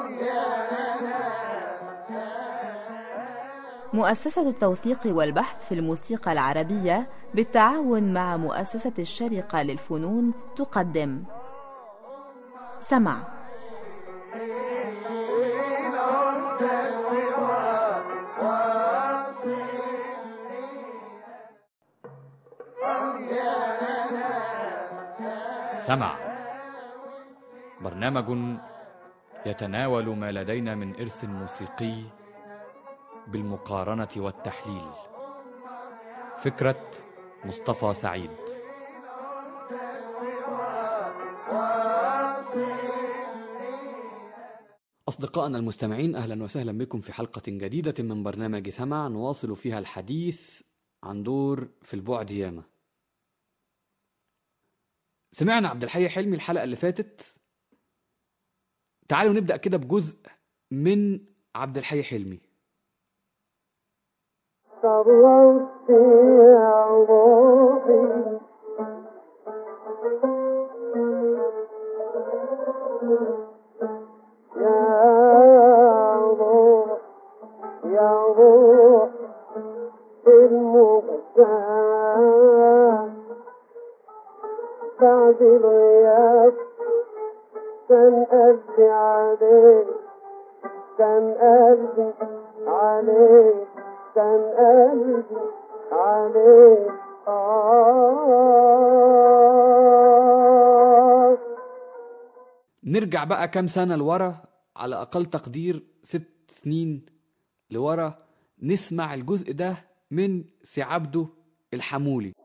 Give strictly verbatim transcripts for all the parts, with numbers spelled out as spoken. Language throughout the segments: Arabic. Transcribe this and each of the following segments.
مؤسسة التوثيق والبحث في الموسيقى العربية بالتعاون مع مؤسسة الشارقة للفنون تقدم سمع. سمع برنامج يتناول ما لدينا من إرث موسيقي بالمقارنة والتحليل. فكرة مصطفى سعيد. أصدقائنا المستمعين، أهلا وسهلا بكم في حلقة جديدة من برنامج سمع، نواصل فيها الحديث عن دور في البعد ياما. سمعنا عبد الحي حلمي الحلقة اللي فاتت. تعالوا نبدأ كده بجزء من عبد الحي حلمي. صرفت يا روحي يا روح يا روح المختار بعد الغياب كان قلبي عليك كان قلبي عليك كان قلبي عليك آه. نرجع بقى كام سنة لورا، على أقل تقدير ست سنين لورا، نسمع الجزء ده من سي عبده الحمولي.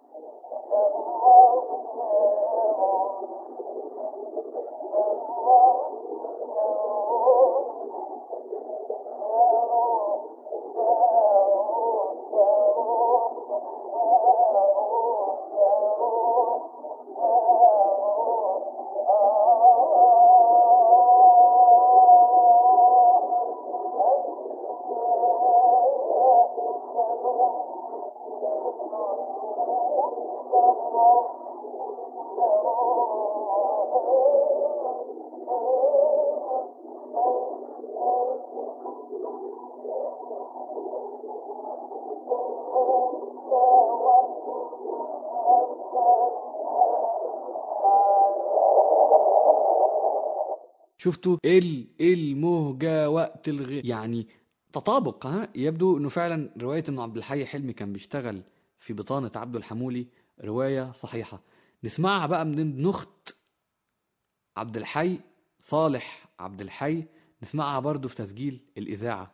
شفتوا ال المهجة وقت الغ يعني تطابق. ها يبدو انه فعلا رواية انه عبد الحي حلمي كان بيشتغل في بطانة عبده الحمولي رواية صحيحة. نسمعها بقى من ابن اخت عبد الحي، صالح عبد الحي. نسمعها برضو في تسجيل الإذاعة.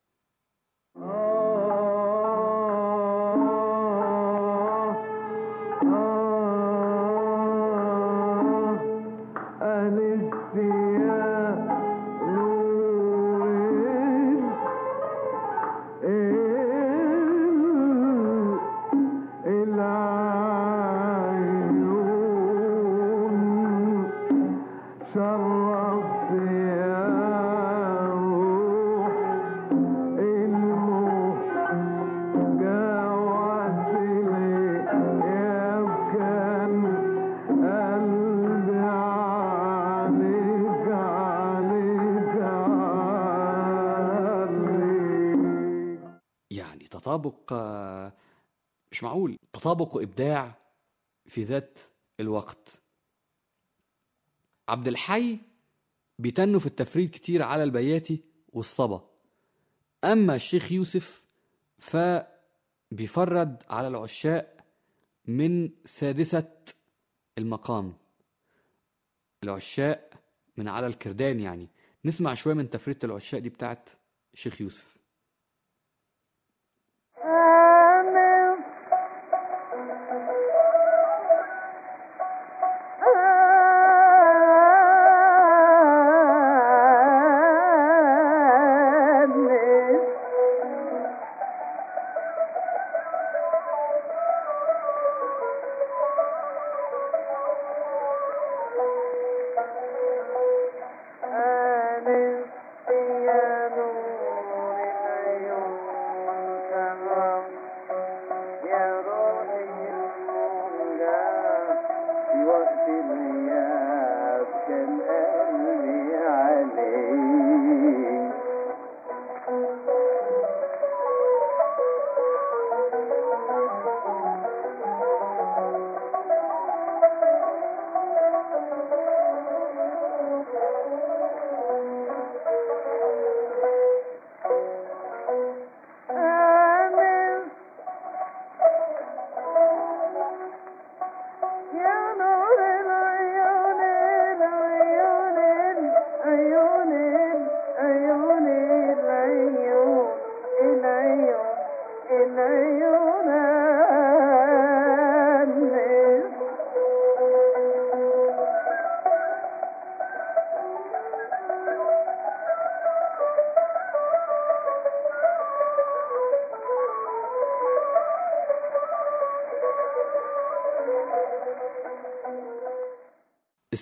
تطابق مش معقول، تطابق وإبداع في ذات الوقت. عبد الحي بيتنوا في التفريد كتير على البياتي والصبا، أما الشيخ يوسف فبيفرد على العشاء من سادسة المقام، العشاء من على الكردان. يعني نسمع شوية من تفريدة العشاء دي بتاعت الشيخ يوسف. يا نور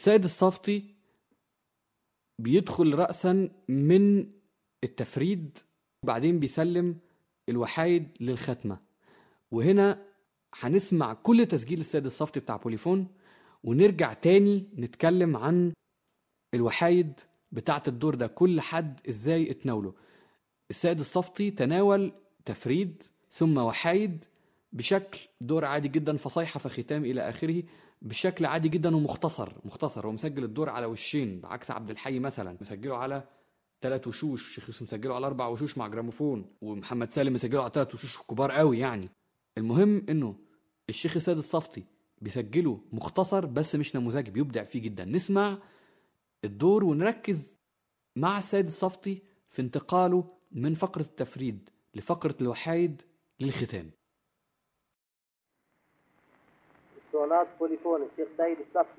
السيد الصفتي بيدخل رأسا من التفريد وبعدين بيسلم الوحايد للختمة. وهنا هنسمع كل تسجيل السيد الصفتي بتاع بوليفون ونرجع تاني نتكلم عن الوحايد بتاعة الدور ده، كل حد ازاي اتناوله. السيد الصفتي تناول تفريد ثم وحايد بشكل دور عادي جدا، فصيحة فختام إلى آخره، بشكل عادي جدا ومختصر مختصر. هو مسجل الدور على وشين، بعكس عبد الحي مثلا مسجله على ثلاث وشوش، شيخ يوسف مسجله على أربع وشوش مع جراموفون، ومحمد سالم مسجله على ثلاث وشوش كبار قوي يعني. المهم إنه الشيخ السيد الصفتي بيسجله مختصر بس مش نموذجي، بيبدع فيه جدا. نسمع الدور ونركز مع السيد الصفتي في انتقاله من فقرة التفريد لفقرة الوحايد للختام. اسطوانات بوليفون الشيخ سيد الصفتي.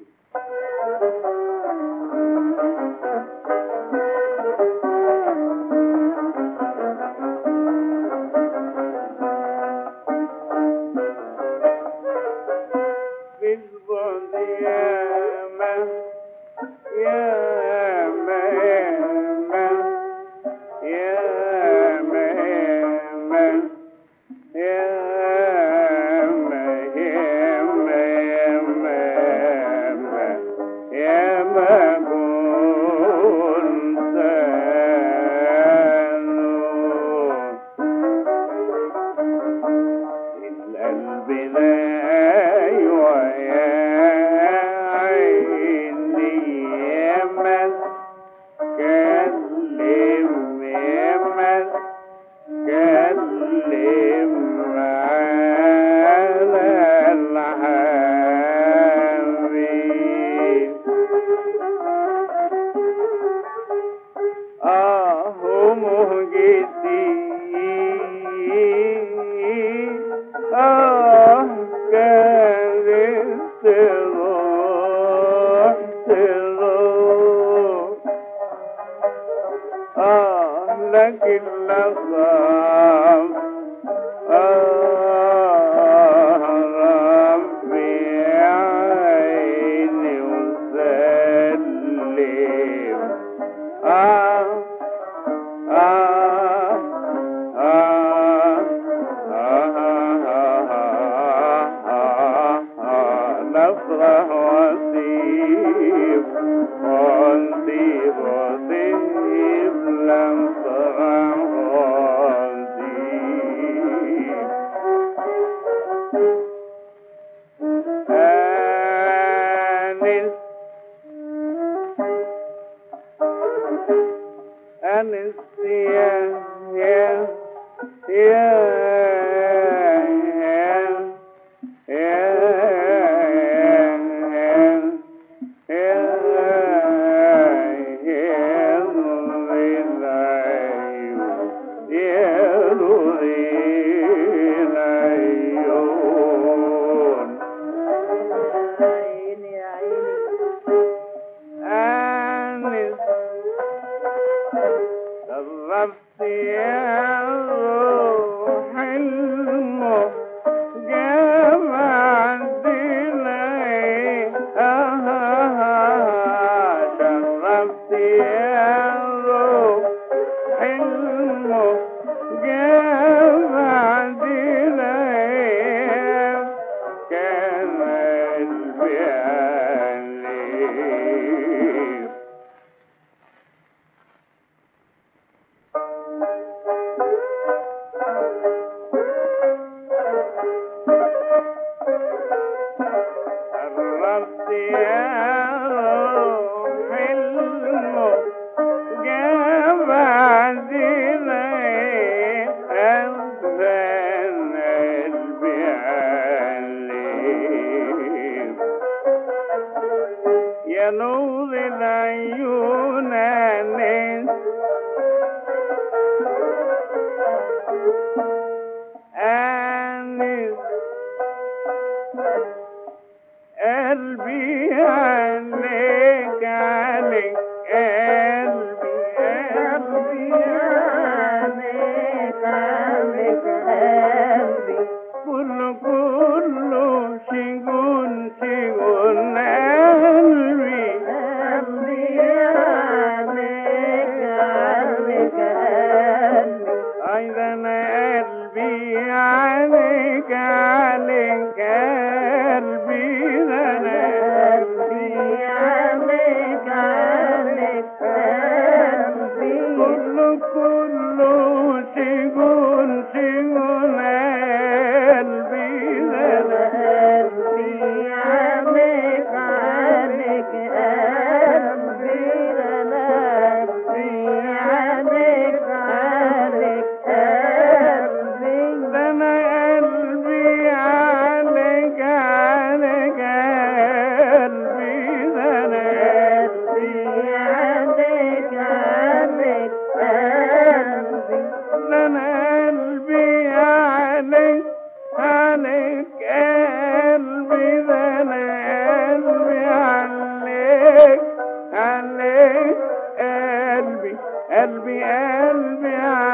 قلبي قلبي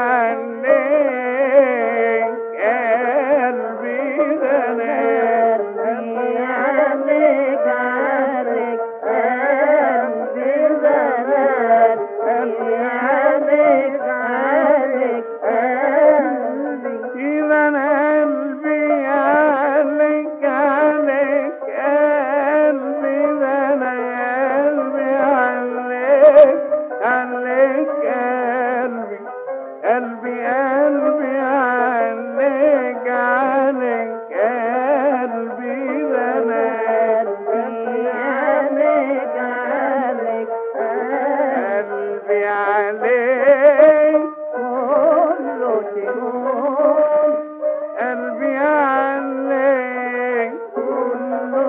عليك قلبي زمان قلبي عليك عليك قلبي زمان قلبي عليك عليك قلبي إذا قلبي عليك عليك قلبي زمان قلبي عليك عليك قلبي قلبي قلبي عليك عليك قلبي زمان قلبي عليك عليك قلبي عليك كله شمول قلبي عليك كله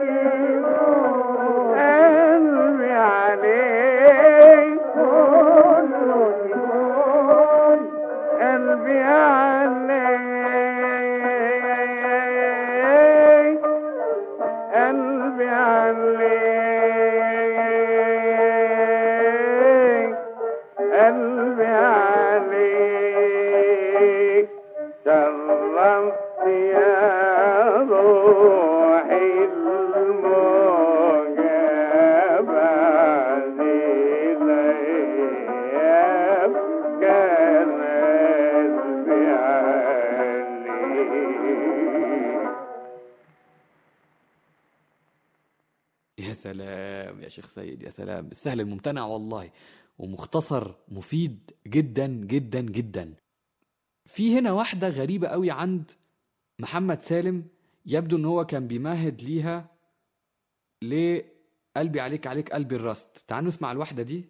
شمول قلبي عليك كله شمول قلبي عليك قلبي عليك قلبي عليك شرفت يا روحي الموجبة للأيام كان قلبي عليك. يا سلام يا شيخ سيد، يا سلام، السهل الممتنع والله، ومختصر مفيد جدا جدا جدا. في هنا واحدة غريبة قوي عند محمد سالم، يبدو ان هو كان بيمهد ليها لقلبي عليك عليك قلبي الرست. تعالوا نسمع الواحدة دي.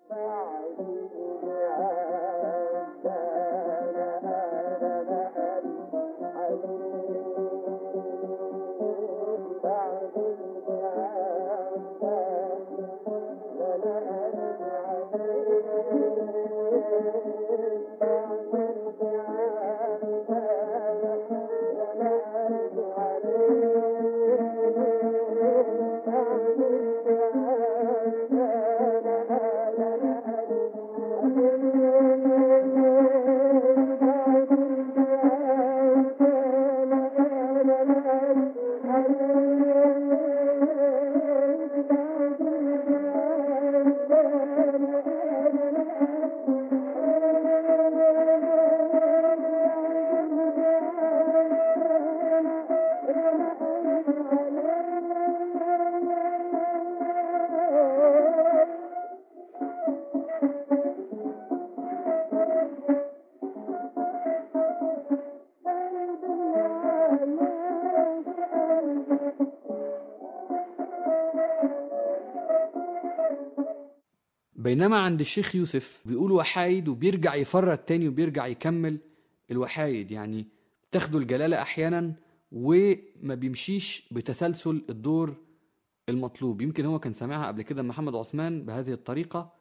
بينما عند الشيخ يوسف بيقول وحايد وبيرجع يفرد تاني وبيرجع يكمل الوحايد، يعني تاخدوا الجلالة أحيانا وما بيمشيش بتسلسل الدور المطلوب. يمكن هو كان سامعها قبل كده محمد عثمان بهذه الطريقة،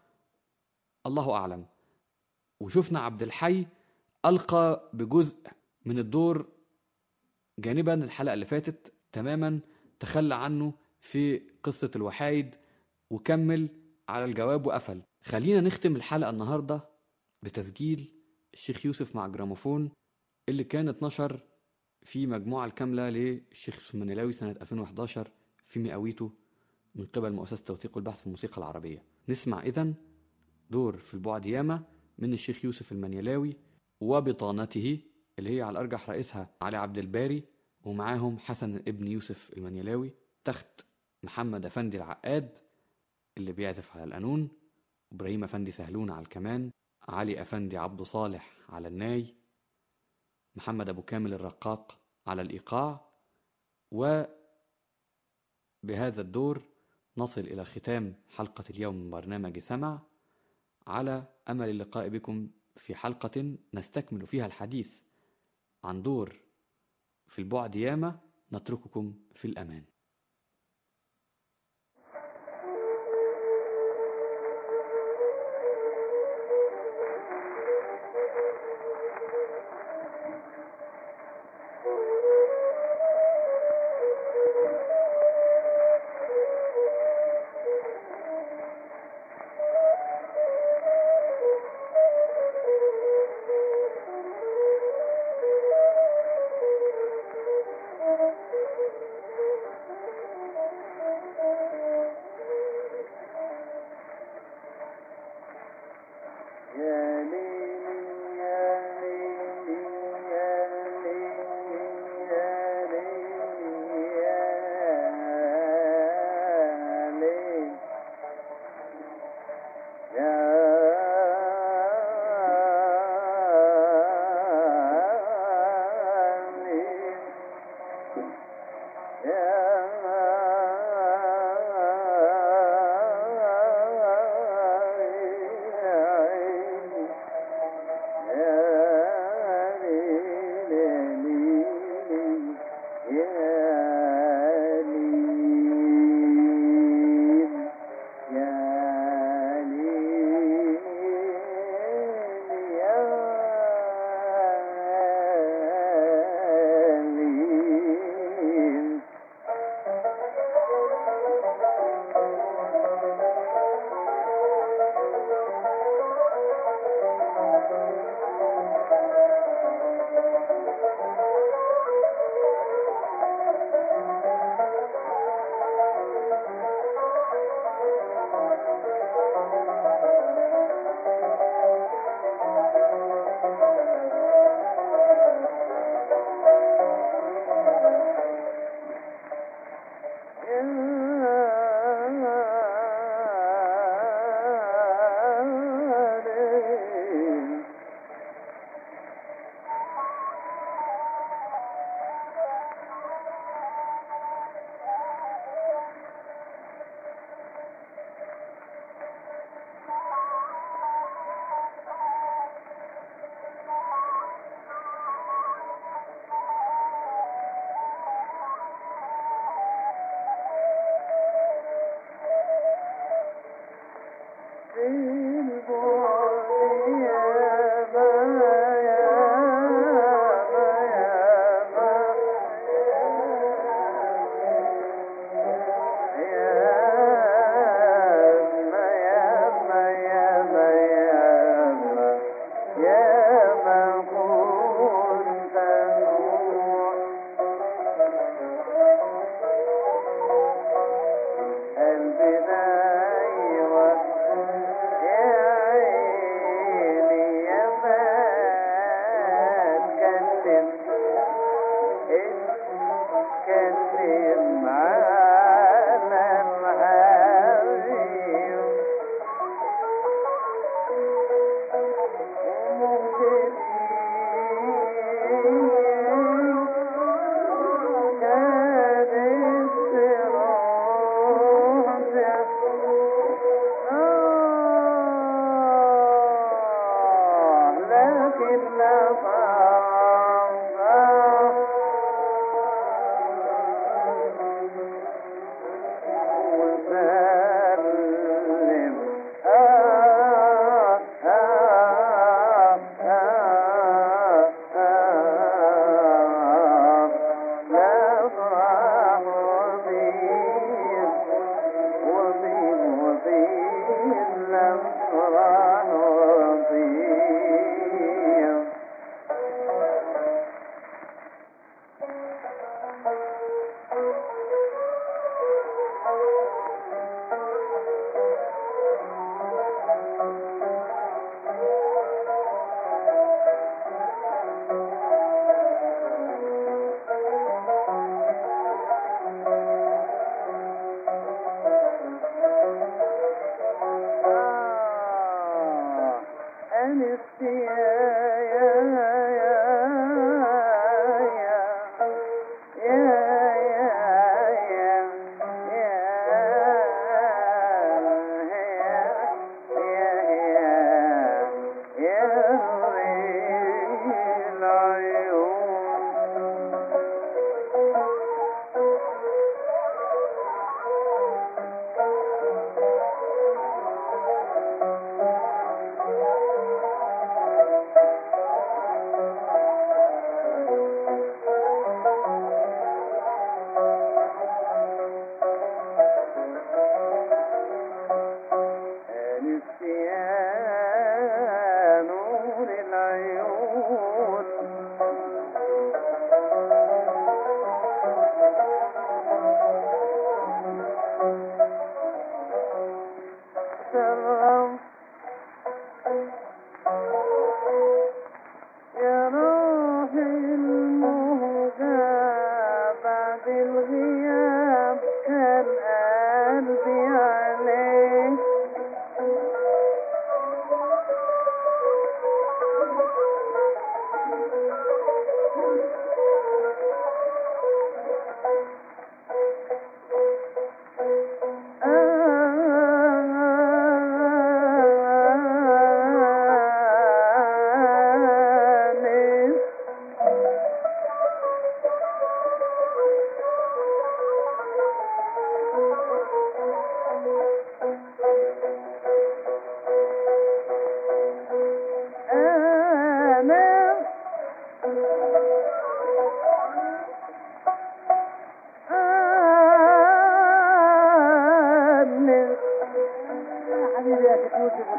الله أعلم. وشفنا عبد الحي ألقى بجزء من الدور جانبا الحلقة اللي فاتت تماما، تخلى عنه في قصة الوحايد وكمل على الجواب وقفل. خلينا نختم الحلقة النهاردة بتسجيل الشيخ يوسف مع جراموفون اللي كان اتنشر في مجموعة الكاملة للشيخ يوسف المنيلاوي سنة ألفين وإحداشر في مئويته من قبل مؤسسة التوثيق والبحث في الموسيقى العربية. نسمع إذن دور في البعد ياما من الشيخ يوسف المنيلاوي وبطانته اللي هي على الأرجح رئيسها علي عبد الباري، ومعاهم حسن ابن يوسف المنيلاوي، تخت محمد أفندي العقاد اللي بيعزف على القانون، إبراهيم أفندي سهلون على الكمان، علي أفندي عبد صالح على الناي، محمد أبو كامل الرقاق على الإيقاع. وبهذا الدور نصل إلى ختام حلقة اليوم من برنامج سمع، على أمل اللقاء بكم في حلقة نستكمل فيها الحديث عن دور في البعد ياما. نترككم في الأمان.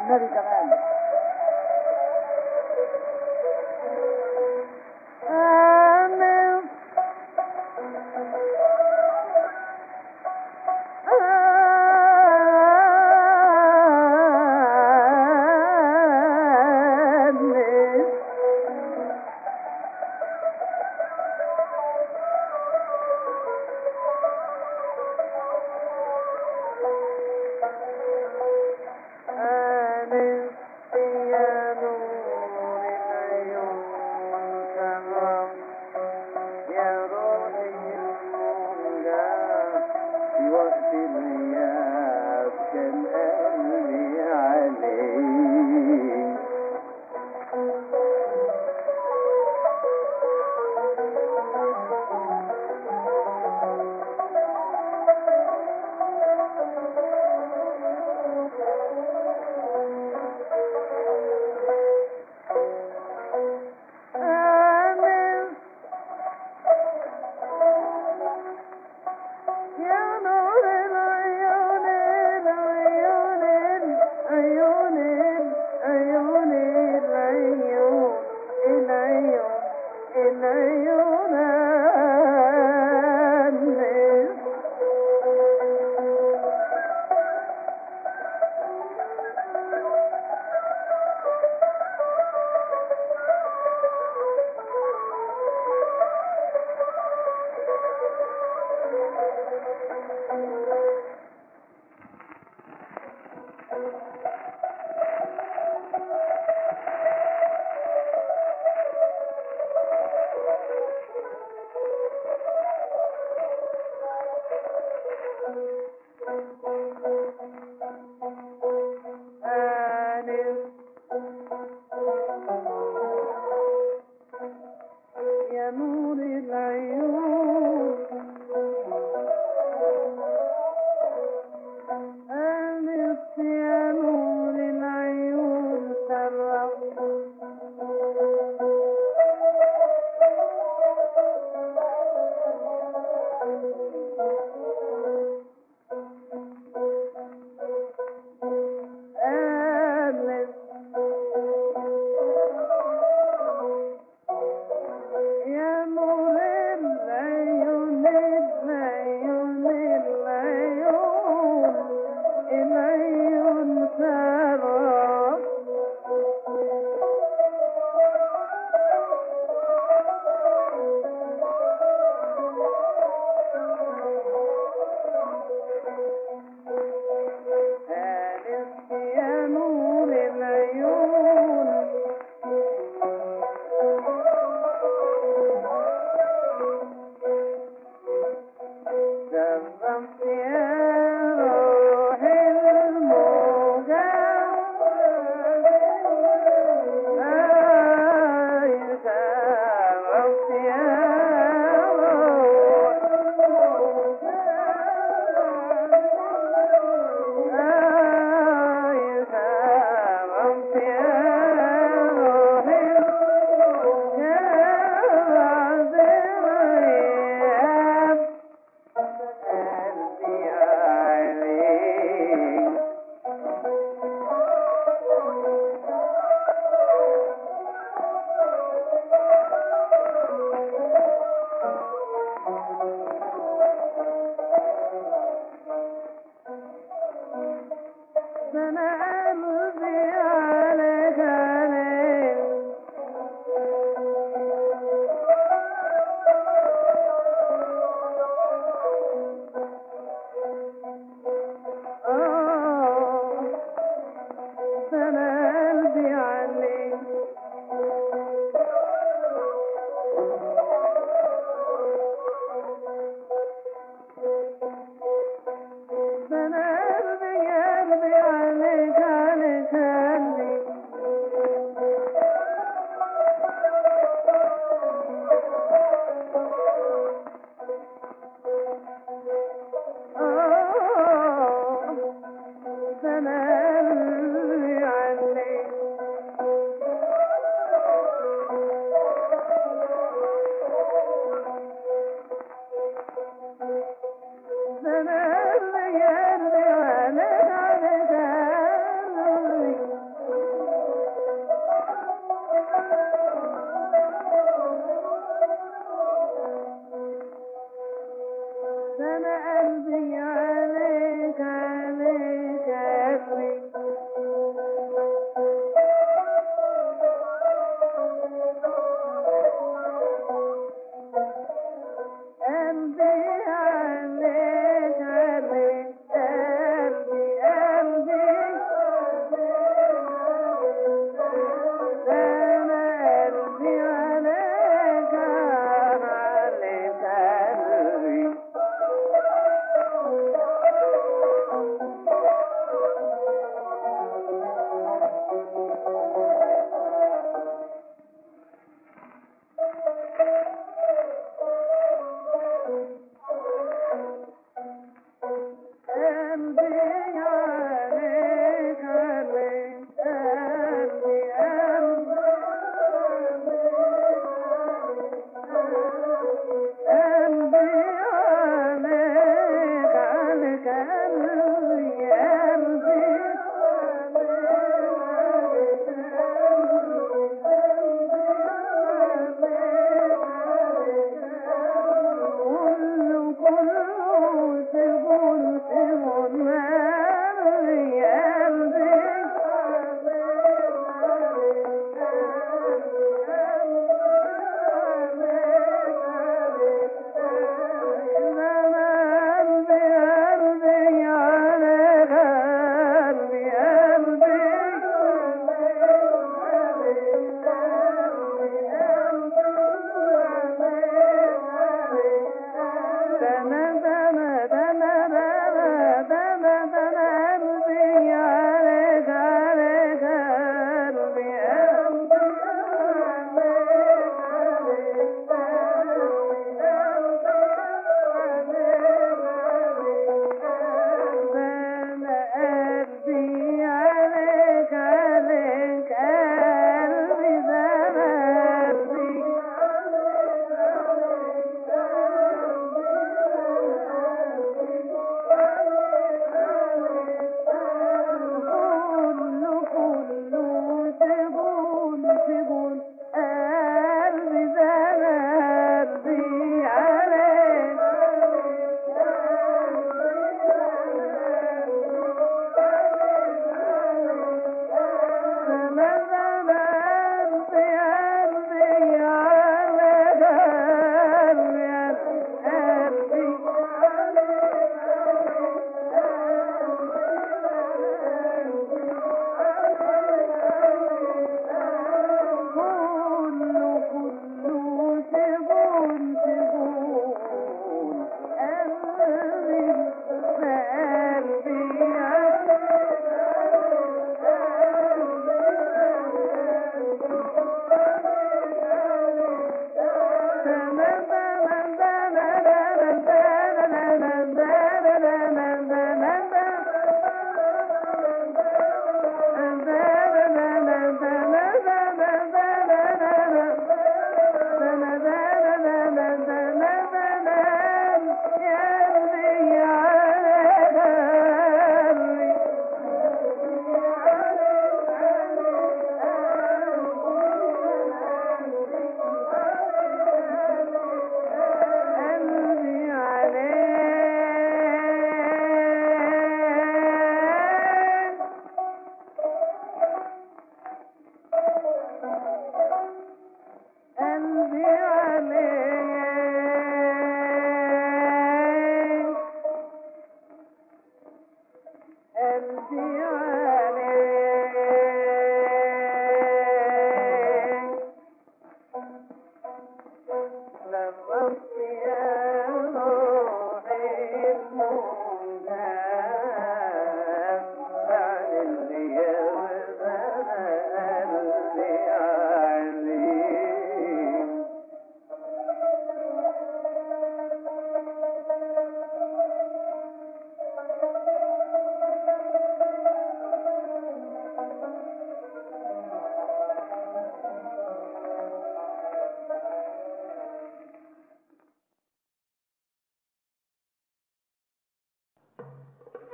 والنبي كمان.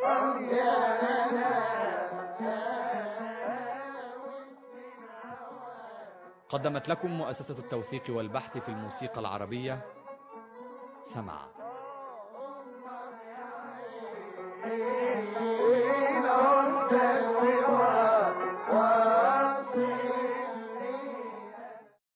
قدمت لكم مؤسسة التوثيق والبحث في الموسيقى العربية سمع.